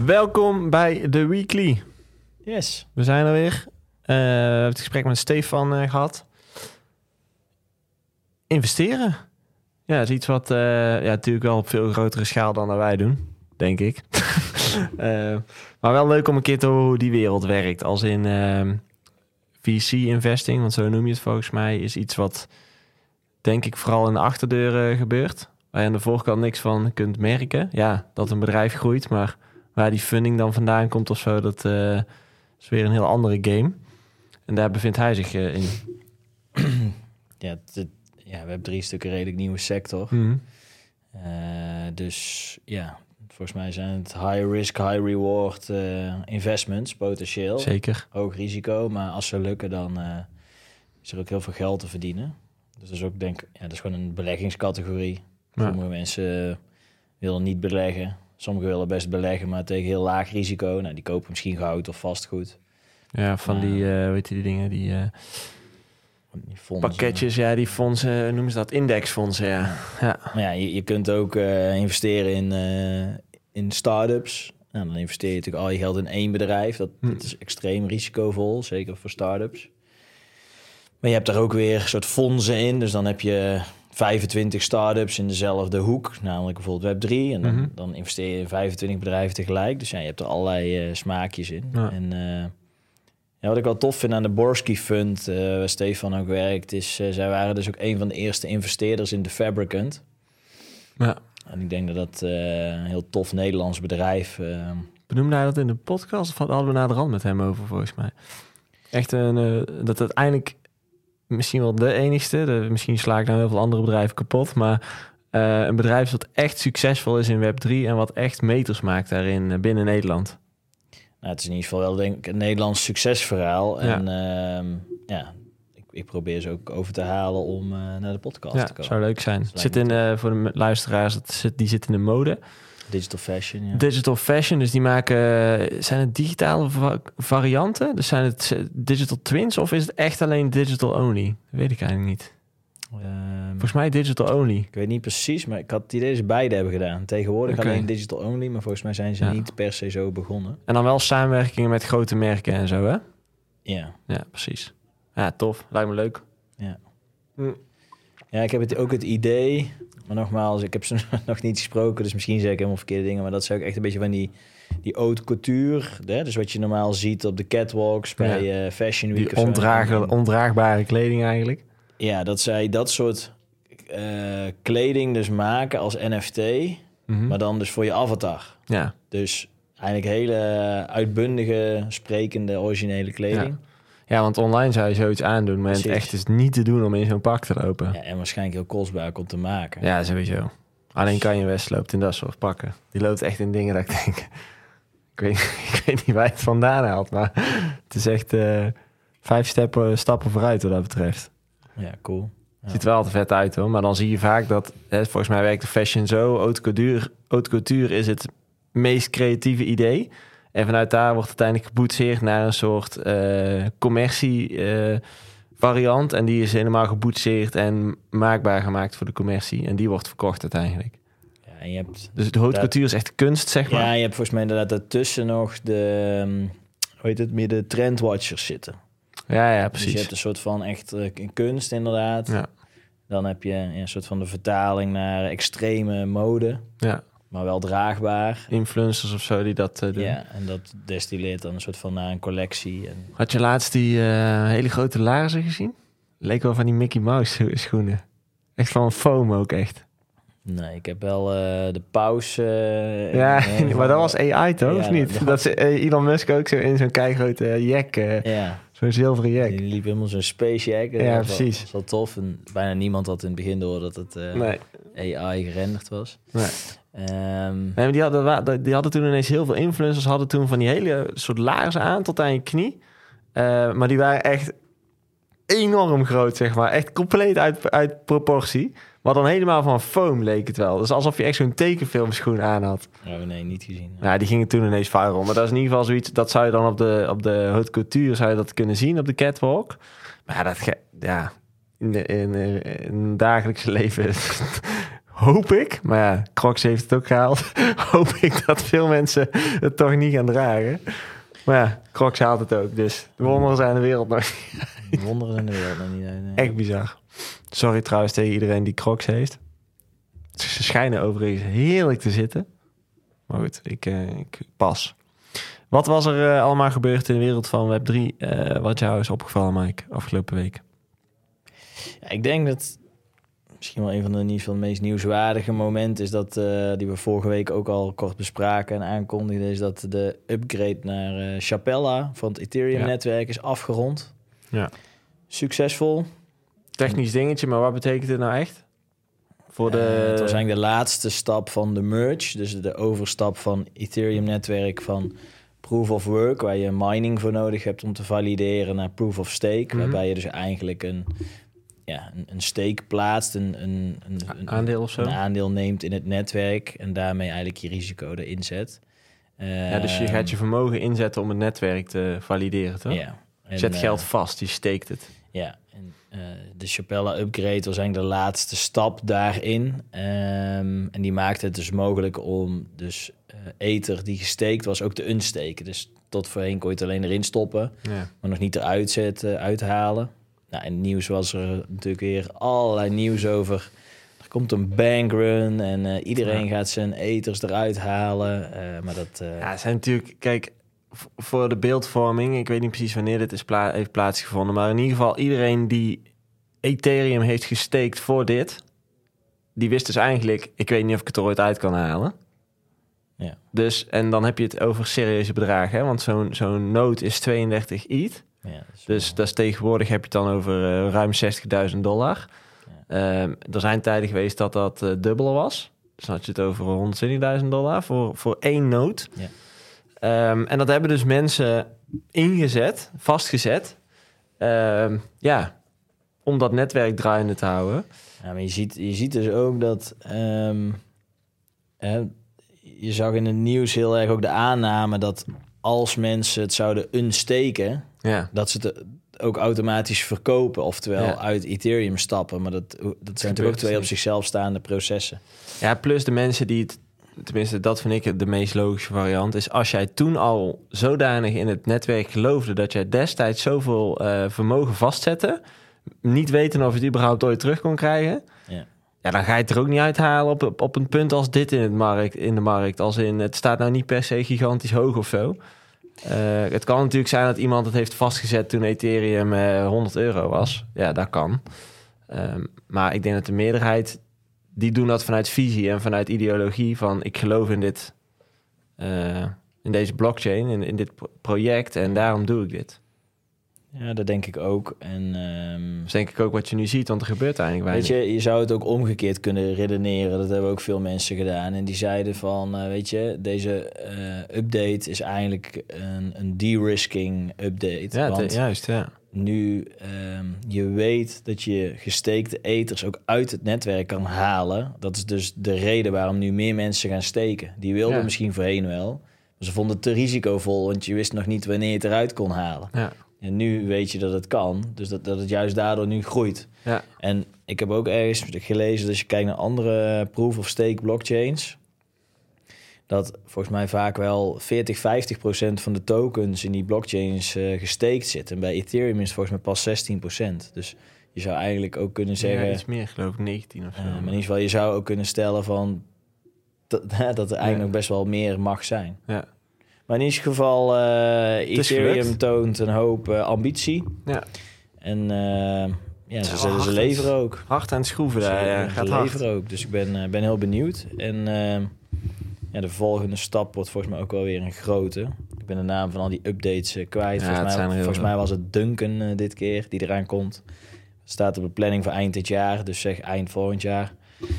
Welkom bij The Weekly. Yes. We zijn er weer. We hebben het gesprek met Stefan gehad. Investeren. Ja, dat is iets wat natuurlijk wel op veel grotere schaal dan dat wij doen, denk ik. Maar wel leuk om een keer te horen hoe die wereld werkt. Als in VC-investing, want zo noem je het volgens mij, is iets wat, denk ik, vooral in de achterdeur gebeurt. Waar je aan de voorkant niks van kunt merken. Ja, dat een bedrijf groeit, maar waar die funding dan vandaan komt of zo, dat is weer een heel andere game. En daar bevindt hij zich in. Web3 is natuurlijk een redelijk nieuwe sector. Mm-hmm. Dus ja, volgens mij zijn het high risk, high reward investments, potentieel. Zeker. Hoog risico, maar als ze lukken, dan is er ook heel veel geld te verdienen. Dus dat is ook, dat is gewoon een beleggingscategorie. Ja. Sommige mensen willen niet beleggen. Sommigen willen best beleggen, maar tegen heel laag risico. Nou, die kopen misschien goud of vastgoed. Ja, van die, weet je die dingen, die fondsen. pakketjes, ja, die fondsen, noemen ze dat, indexfondsen, ja. Maar ja, je kunt ook investeren in start-ups. Nou, dan investeer je natuurlijk al je geld in één bedrijf. Dat is extreem risicovol, zeker voor start-ups. Maar je hebt daar ook weer een soort fondsen in. Dus dan heb je 25 start-ups in dezelfde hoek, namelijk bijvoorbeeld Web3. En dan investeer je in 25 bedrijven tegelijk. Dus ja, je hebt er allerlei smaakjes in. Ja. En wat ik wel tof vind aan de Borsky Fund, waar Stefan ook werkt, is zij waren dus ook een van de eerste investeerders in The Fabricant. Ja. En ik denk dat dat een heel tof Nederlands bedrijf... Benoemde hij dat in de podcast of hadden we naderhand met hem over, volgens mij? Echt dat uiteindelijk misschien wel de enigste, misschien sla ik nou heel veel andere bedrijven kapot, maar een bedrijf dat echt succesvol is in Web3 en wat echt meters maakt daarin binnen Nederland. Nou, het is in ieder geval wel, denk ik, een Nederlands succesverhaal. Ja. En ik probeer ze ook over te halen om naar de podcast te komen. Zou leuk zijn. Dat Zit in, voor de luisteraars, die zit in de mode. Digital fashion, ja. Digital fashion, dus die maken... Zijn het digitale varianten? Dus zijn het digital twins of is het echt alleen digital only? Dat weet ik eigenlijk niet. Volgens mij digital only. Ik weet niet precies, maar ik had het idee dat ze beide hebben gedaan. Tegenwoordig alleen digital only, maar volgens mij zijn ze niet per se zo begonnen. En dan wel samenwerkingen met grote merken en zo, hè? Ja. Ja, precies. Ja, tof. Lijkt me leuk. Ja. Ja, ik heb ook het idee... Maar nogmaals, ik heb ze nog niet gesproken, dus misschien zeg ik helemaal verkeerde dingen. Maar dat is ook echt een beetje van die haute couture. Hè? Dus wat je normaal ziet op de catwalks bij Fashion Week. Die ondraagbare kleding eigenlijk. Ja, dat zij dat soort kleding dus maken als NFT. Maar dan dus voor je avatar. Ja. Dus eigenlijk hele uitbundige, sprekende, originele kleding. Ja, want online zou je zoiets aandoen, maar het echt is niet te doen om in zo'n pak te lopen. Ja, en waarschijnlijk heel kostbaar om te maken. Ja, sowieso. Alleen Kanye West loopt in dat soort pakken. Die loopt echt in dingen dat ik denk... Ik weet niet waar je het vandaan haalt, maar het is echt 5 stappen vooruit wat dat betreft. Ja, cool. Ja. Ziet er wel altijd vet uit hoor, maar dan zie je vaak dat... volgens mij werkt de fashion zo. Haute couture is het meest creatieve idee... En vanuit daar wordt uiteindelijk geboetseerd naar een soort commercie variant. En die is helemaal geboetseerd en maakbaar gemaakt voor de commercie. En die wordt verkocht uiteindelijk. Ja, en je hebt dus de haute couture is echt kunst, zeg maar. Ja, je hebt volgens mij inderdaad daartussen nog meer de trendwatchers zitten. Ja, precies. Dus je hebt een soort van echt kunst inderdaad. Ja. Dan heb je een soort van de vertaling naar extreme mode. Ja. Maar wel draagbaar. Influencers of zo die dat doen. Ja, en dat destilleert dan een soort van naar een collectie. En... Had je laatst die hele grote laarzen gezien? Leek wel van die Mickey Mouse schoenen. Echt van foam ook echt. Nee, ik heb wel de pauze... maar dat was AI toch, of niet? Dat was... Elon Musk ook zo in zo'n keigrote jack... Zo'n zilveren jack. Die liep helemaal zo'n space jack. Ja, precies. Dat was wel tof. En bijna niemand had in het begin door dat het AI gerenderd was. Nee. Maar die hadden toen ineens heel veel influencers... hadden toen van die hele soort laarzen aan tot aan je knie. Maar die waren echt enorm groot, zeg maar. Echt compleet uit proportie. Maar dan helemaal van foam leek het wel. Dus alsof je echt zo'n tekenfilmschoen aan had. Oh nee, niet gezien. Nou, die gingen toen ineens viral. Maar dat is in ieder geval zoiets... dat zou je dan op de haute couture zou je dat kunnen zien op de catwalk. Maar in het dagelijkse leven hoop ik, maar ja, Crocs heeft het ook gehaald, hoop ik dat veel mensen het toch niet gaan dragen. Maar ja, Crocs haalt het ook, dus de wonderen zijn de wereld nog. Wonderen in de wereld nog niet. Nee. Echt bizar. Sorry trouwens tegen iedereen die Crocs heeft. Ze schijnen overigens heerlijk te zitten. Maar goed, ik pas. Wat was er allemaal gebeurd in de wereld van Web3? Wat jou is opgevallen, Mike, afgelopen week? Ja, ik denk dat misschien wel een van de meest nieuwswaardige momenten is dat, die we vorige week ook al kort bespraken en aankondigden, is dat de upgrade naar Chapella van het Ethereum-netwerk is afgerond. Ja. Succesvol. Technisch dingetje, maar wat betekent het nou echt? Voor de... Het was eigenlijk de laatste stap van de merge, dus de overstap van Ethereum-netwerk van Proof of Work, waar je mining voor nodig hebt om te valideren, naar Proof of Stake, waarbij je dus eigenlijk een stake plaatst, een aandeel of zo? Een aandeel neemt in het netwerk en daarmee eigenlijk je risico erin zet. Dus je gaat je vermogen inzetten om het netwerk te valideren, toch? Ja. Je zet geld vast, je steekt het. Ja, en de Chapella upgrade was eigenlijk de laatste stap daarin. En die maakte het dus mogelijk om dus Ether die gesteekt was ook te unsteken. Dus tot voorheen kon je het alleen erin stoppen, maar nog niet eruit zetten, uithalen. Nou, in het nieuws was er natuurlijk weer allerlei nieuws over. Er komt een bankrun en iedereen gaat zijn Ethers eruit halen. Maar dat... Ja, het zijn natuurlijk... Kijk, voor de beeldvorming, ik weet niet precies wanneer dit heeft plaatsgevonden, maar in ieder geval iedereen die Ethereum heeft gesteekt voor dit, die wist dus eigenlijk, ik weet niet of ik het er ooit uit kan halen. Ja. Dus, en dan heb je het over serieuze bedragen, hè? Want zo'n node is 32 ETH. Ja, dus dat is tegenwoordig heb je het dan over ruim $60.000. Ja. Er zijn tijden geweest dat dubbele was. Dus dan had je het over $120.000 voor één node. Ja. En dat hebben dus mensen ingezet, vastgezet, om dat netwerk draaiende te houden. Ja, maar je ziet dus ook dat... je zag in het nieuws heel erg ook de aanname dat als mensen het zouden unsteken, dat ze het ook automatisch verkopen, oftewel uit Ethereum stappen. Maar dat zijn natuurlijk ook twee op zichzelf staande processen. Ja, plus de mensen die het... Tenminste, dat vind ik de meest logische variant. Is als jij toen al zodanig in het netwerk geloofde dat jij destijds zoveel vermogen vastzette, niet weten of je het überhaupt ooit terug kon krijgen, ja, dan ga je het er ook niet uithalen op een punt als dit in de markt. Als in, het staat nou niet per se gigantisch hoog of zo. Het kan natuurlijk zijn dat iemand het heeft vastgezet toen Ethereum €100 was. Ja, dat kan. Maar ik denk dat de meerderheid, die doen dat vanuit visie en vanuit ideologie van ik geloof in dit, in deze blockchain, in dit project en daarom doe ik dit. Ja, dat denk ik ook. En dat is denk ik ook wat je nu ziet, want er gebeurt eigenlijk weinig. Weet je zou het ook omgekeerd kunnen redeneren. Dat hebben ook veel mensen gedaan. En die zeiden van, weet je, deze update is eigenlijk een de-risking update. Ja, want juist, ja. Nu je weet dat je gesteekte ethers ook uit het netwerk kan halen. Dat is dus de reden waarom nu meer mensen gaan steken. Die wilden misschien voorheen wel. Maar ze vonden het te risicovol, want je wist nog niet wanneer je het eruit kon halen. Ja. En nu weet je dat het kan. Dus dat het juist daardoor nu groeit. Ja. En ik heb ook ergens gelezen, dat als je kijkt naar andere proof-of-stake blockchains, dat volgens mij vaak wel 40-50% van de tokens in die blockchains gestaked zitten. En bij Ethereum is het volgens mij pas 16%. Dus je zou eigenlijk ook kunnen zeggen... Ja, iets meer, geloof ik, 19 of zo. Maar in ieder geval, je zou ook kunnen stellen van dat er eigenlijk nog best wel meer mag zijn. Ja. Maar in ieder geval, Ethereum toont een hoop ambitie. Ja. En ze leveren ook. Hard aan het schroeven daar, gaat leveren ook. Dus ik ben heel benieuwd. En de volgende stap wordt volgens mij ook wel weer een grote. Ik ben de naam van al die updates kwijt. Volgens mij was het Duncan dit keer die eraan komt. Het staat op de planning voor eind dit jaar. Dus zeg eind volgend jaar.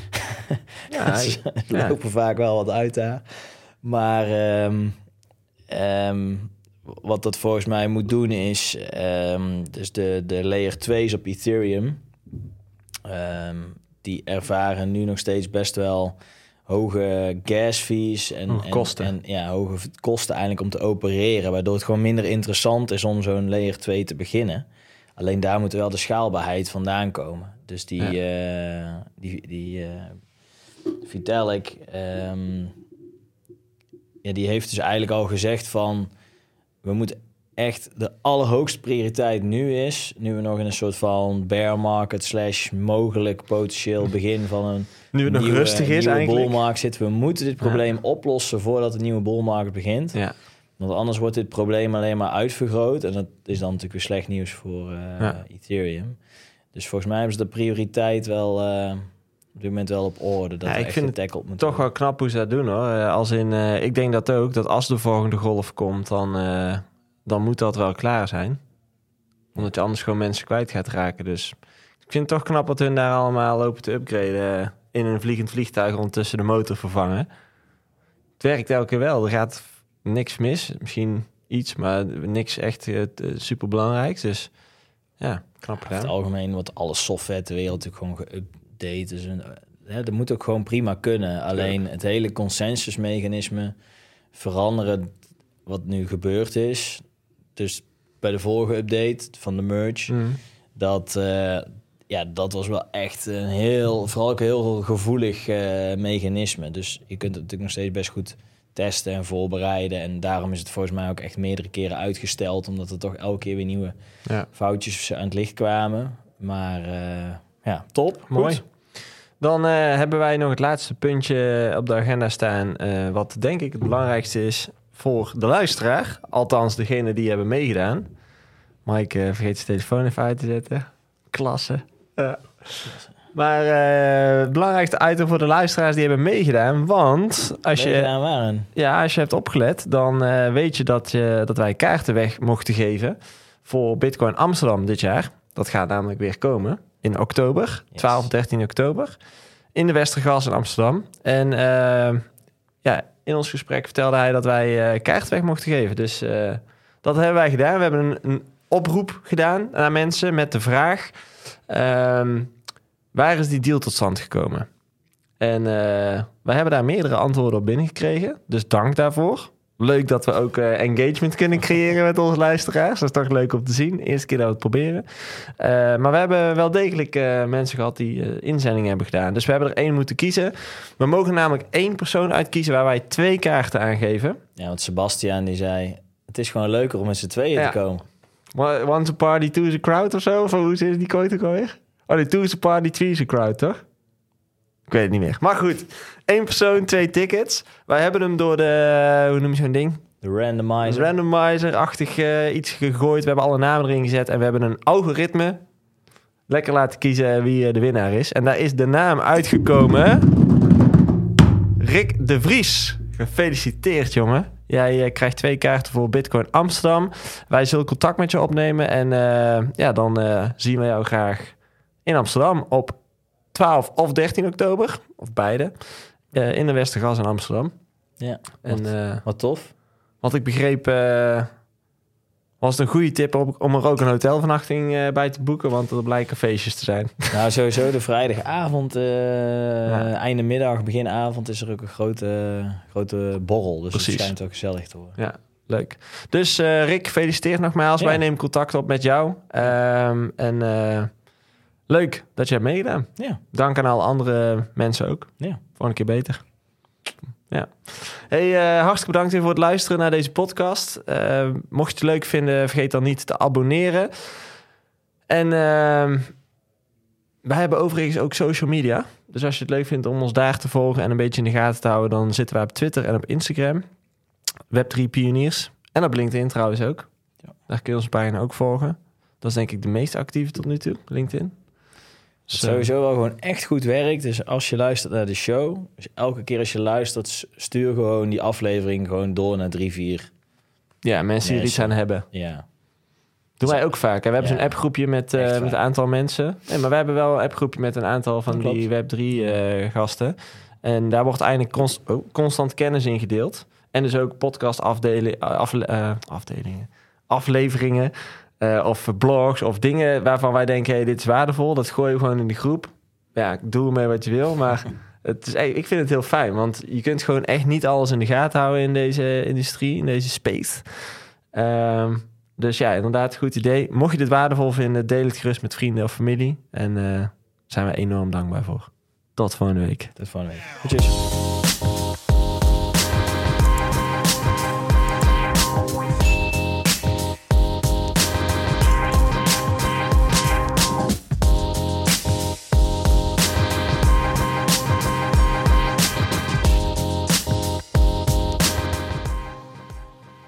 We lopen vaak wel wat uit daar. Maar... wat dat volgens mij moet doen is... dus de layer 2's op Ethereum... die ervaren nu nog steeds best wel hoge gas fees... en kosten. En hoge kosten eigenlijk om te opereren... waardoor het gewoon minder interessant is om zo'n layer 2 te beginnen. Alleen daar moet wel de schaalbaarheid vandaan komen. Dus Vitalik, die heeft dus eigenlijk al gezegd van... we moeten echt de allerhoogste prioriteit nu is... nu we nog in een soort van bear market / mogelijk potentieel begin van een Nu het nog rustig is eigenlijk. bullmarket zitten. We moeten dit probleem oplossen voordat de nieuwe bullmarket begint. Ja. Want anders wordt dit probleem alleen maar uitvergroot. En dat is dan natuurlijk weer slecht nieuws voor Ethereum. Dus volgens mij hebben ze de prioriteit wel... op dit moment wel op orde. Dat ik vind het toch worden. Wel knap hoe ze dat doen, hoor. Als in, ik denk dat ook, dat als de volgende golf komt, dan moet dat wel klaar zijn. Omdat je anders gewoon mensen kwijt gaat raken. Dus ik vind het toch knap dat hun daar allemaal lopen te upgraden. In een vliegend vliegtuig ondertussen de motor vervangen. Het werkt elke keer wel. Er gaat niks mis. Misschien iets, maar niks echt super belangrijk. Dus ja, knap gedaan. In het algemeen wordt alle software ter wereld natuurlijk gewoon geüpdate. Dus dat moet ook gewoon prima kunnen. Alleen het hele consensusmechanisme veranderen wat nu gebeurd is. Dus bij de vorige update van de merge, dat was wel echt vooral ook heel gevoelig mechanisme. Dus je kunt het natuurlijk nog steeds best goed testen en voorbereiden. En daarom is het volgens mij ook echt meerdere keren uitgesteld, omdat er toch elke keer weer nieuwe foutjes aan het licht kwamen. Maar top. Mooi. Goed. Dan hebben wij nog het laatste puntje op de agenda staan, wat denk ik het belangrijkste is voor de luisteraar. Althans, degene die hebben meegedaan. Mike vergeet zijn telefoon even uit te zetten. Klasse. Maar het belangrijkste item voor de luisteraars die hebben meegedaan. Want als je hebt opgelet, dan weet je dat wij kaarten weg mochten geven voor Bitcoin Amsterdam dit jaar. Dat gaat namelijk weer komen in oktober, 12, 13 oktober. In de Westergas in Amsterdam. En in ons gesprek vertelde hij dat wij kaarten weg mochten geven. Dus dat hebben wij gedaan. We hebben een oproep gedaan aan mensen met de vraag... waar is die deal tot stand gekomen? En wij hebben daar meerdere antwoorden op binnengekregen. Dus dank daarvoor. Leuk dat we ook engagement kunnen creëren met onze luisteraars. Dat is toch leuk om te zien. Eerste keer dat we het proberen. Maar we hebben wel degelijk mensen gehad die inzendingen hebben gedaan. Dus we hebben er 1 moeten kiezen. We mogen namelijk 1 persoon uitkiezen waar wij 2 kaarten aan geven. Ja, want Sebastian die zei... het is gewoon leuker om met z'n tweeën te komen. Once a party, two's a crowd of zo? Of hoe is die quote ook alweer? Oh nee, two's a party, three's a crowd, toch? Ik weet het niet meer. Maar goed, 1 persoon, 2 tickets. Wij hebben hem door de... hoe noem je zo'n ding? De randomizer. Randomizer-achtig iets gegooid. We hebben alle namen erin gezet. En we hebben een algoritme lekker laten kiezen wie de winnaar is. En daar is de naam uitgekomen. Rick de Vries. Gefeliciteerd, jongen. Jij krijgt 2 kaarten voor Bitcoin Amsterdam. Wij zullen contact met je opnemen. En dan zien we jou graag in Amsterdam op 12 of 13 oktober. Of beide. In de Westergas in Amsterdam. Ja, wat tof. Wat ik begreep, was het een goede tip om er ook een hotelvernachting bij te boeken. Want er blijken feestjes te zijn. Nou, sowieso de vrijdagavond, einde middag, begin avond is er ook een grote borrel. Dus het schijnt ook gezellig te worden. Ja, leuk. Dus Rick, gefeliciteerd nogmaals. Ja. Wij nemen contact op met jou. Leuk dat je hebt meegedaan. Ja. Dank aan alle andere mensen ook. Ja. Volgende keer beter. Ja. Hey, hartstikke bedankt weer voor het luisteren naar deze podcast. Mocht je het leuk vinden, vergeet dan niet te abonneren. En wij hebben overigens ook social media. Dus als je het leuk vindt om ons daar te volgen en een beetje in de gaten te houden, dan zitten wij op Twitter en op Instagram. Web3 Pioniers. En op LinkedIn trouwens ook. Ja. Daar kun je onze pagina ook volgen. Dat is denk ik de meest actieve tot nu toe, LinkedIn. Sowieso wel gewoon echt goed werkt. Dus als je luistert naar de show, dus elke keer als je luistert, stuur gewoon die aflevering gewoon door naar 3-4. Ja, mensen die er iets aan hebben. Ja. Doen wij ook vaak. We hebben zo'n appgroepje met een aantal mensen. Nee, maar we hebben wel een appgroepje met een aantal van die Web3 gasten. En daar wordt eigenlijk constant kennis in gedeeld. En dus ook podcast afleveringen. Of blogs of dingen waarvan wij denken, hey, dit is waardevol. Dat gooi je gewoon in de groep. Ja, doe ermee wat je wil. Maar ik vind het heel fijn. Want je kunt gewoon echt niet alles in de gaten houden in deze industrie, in deze space. Dus ja, inderdaad, goed idee. Mocht je dit waardevol vinden, deel het gerust met vrienden of familie. En daar zijn we enorm dankbaar voor. Tot volgende week. Tot volgende week. Tjus.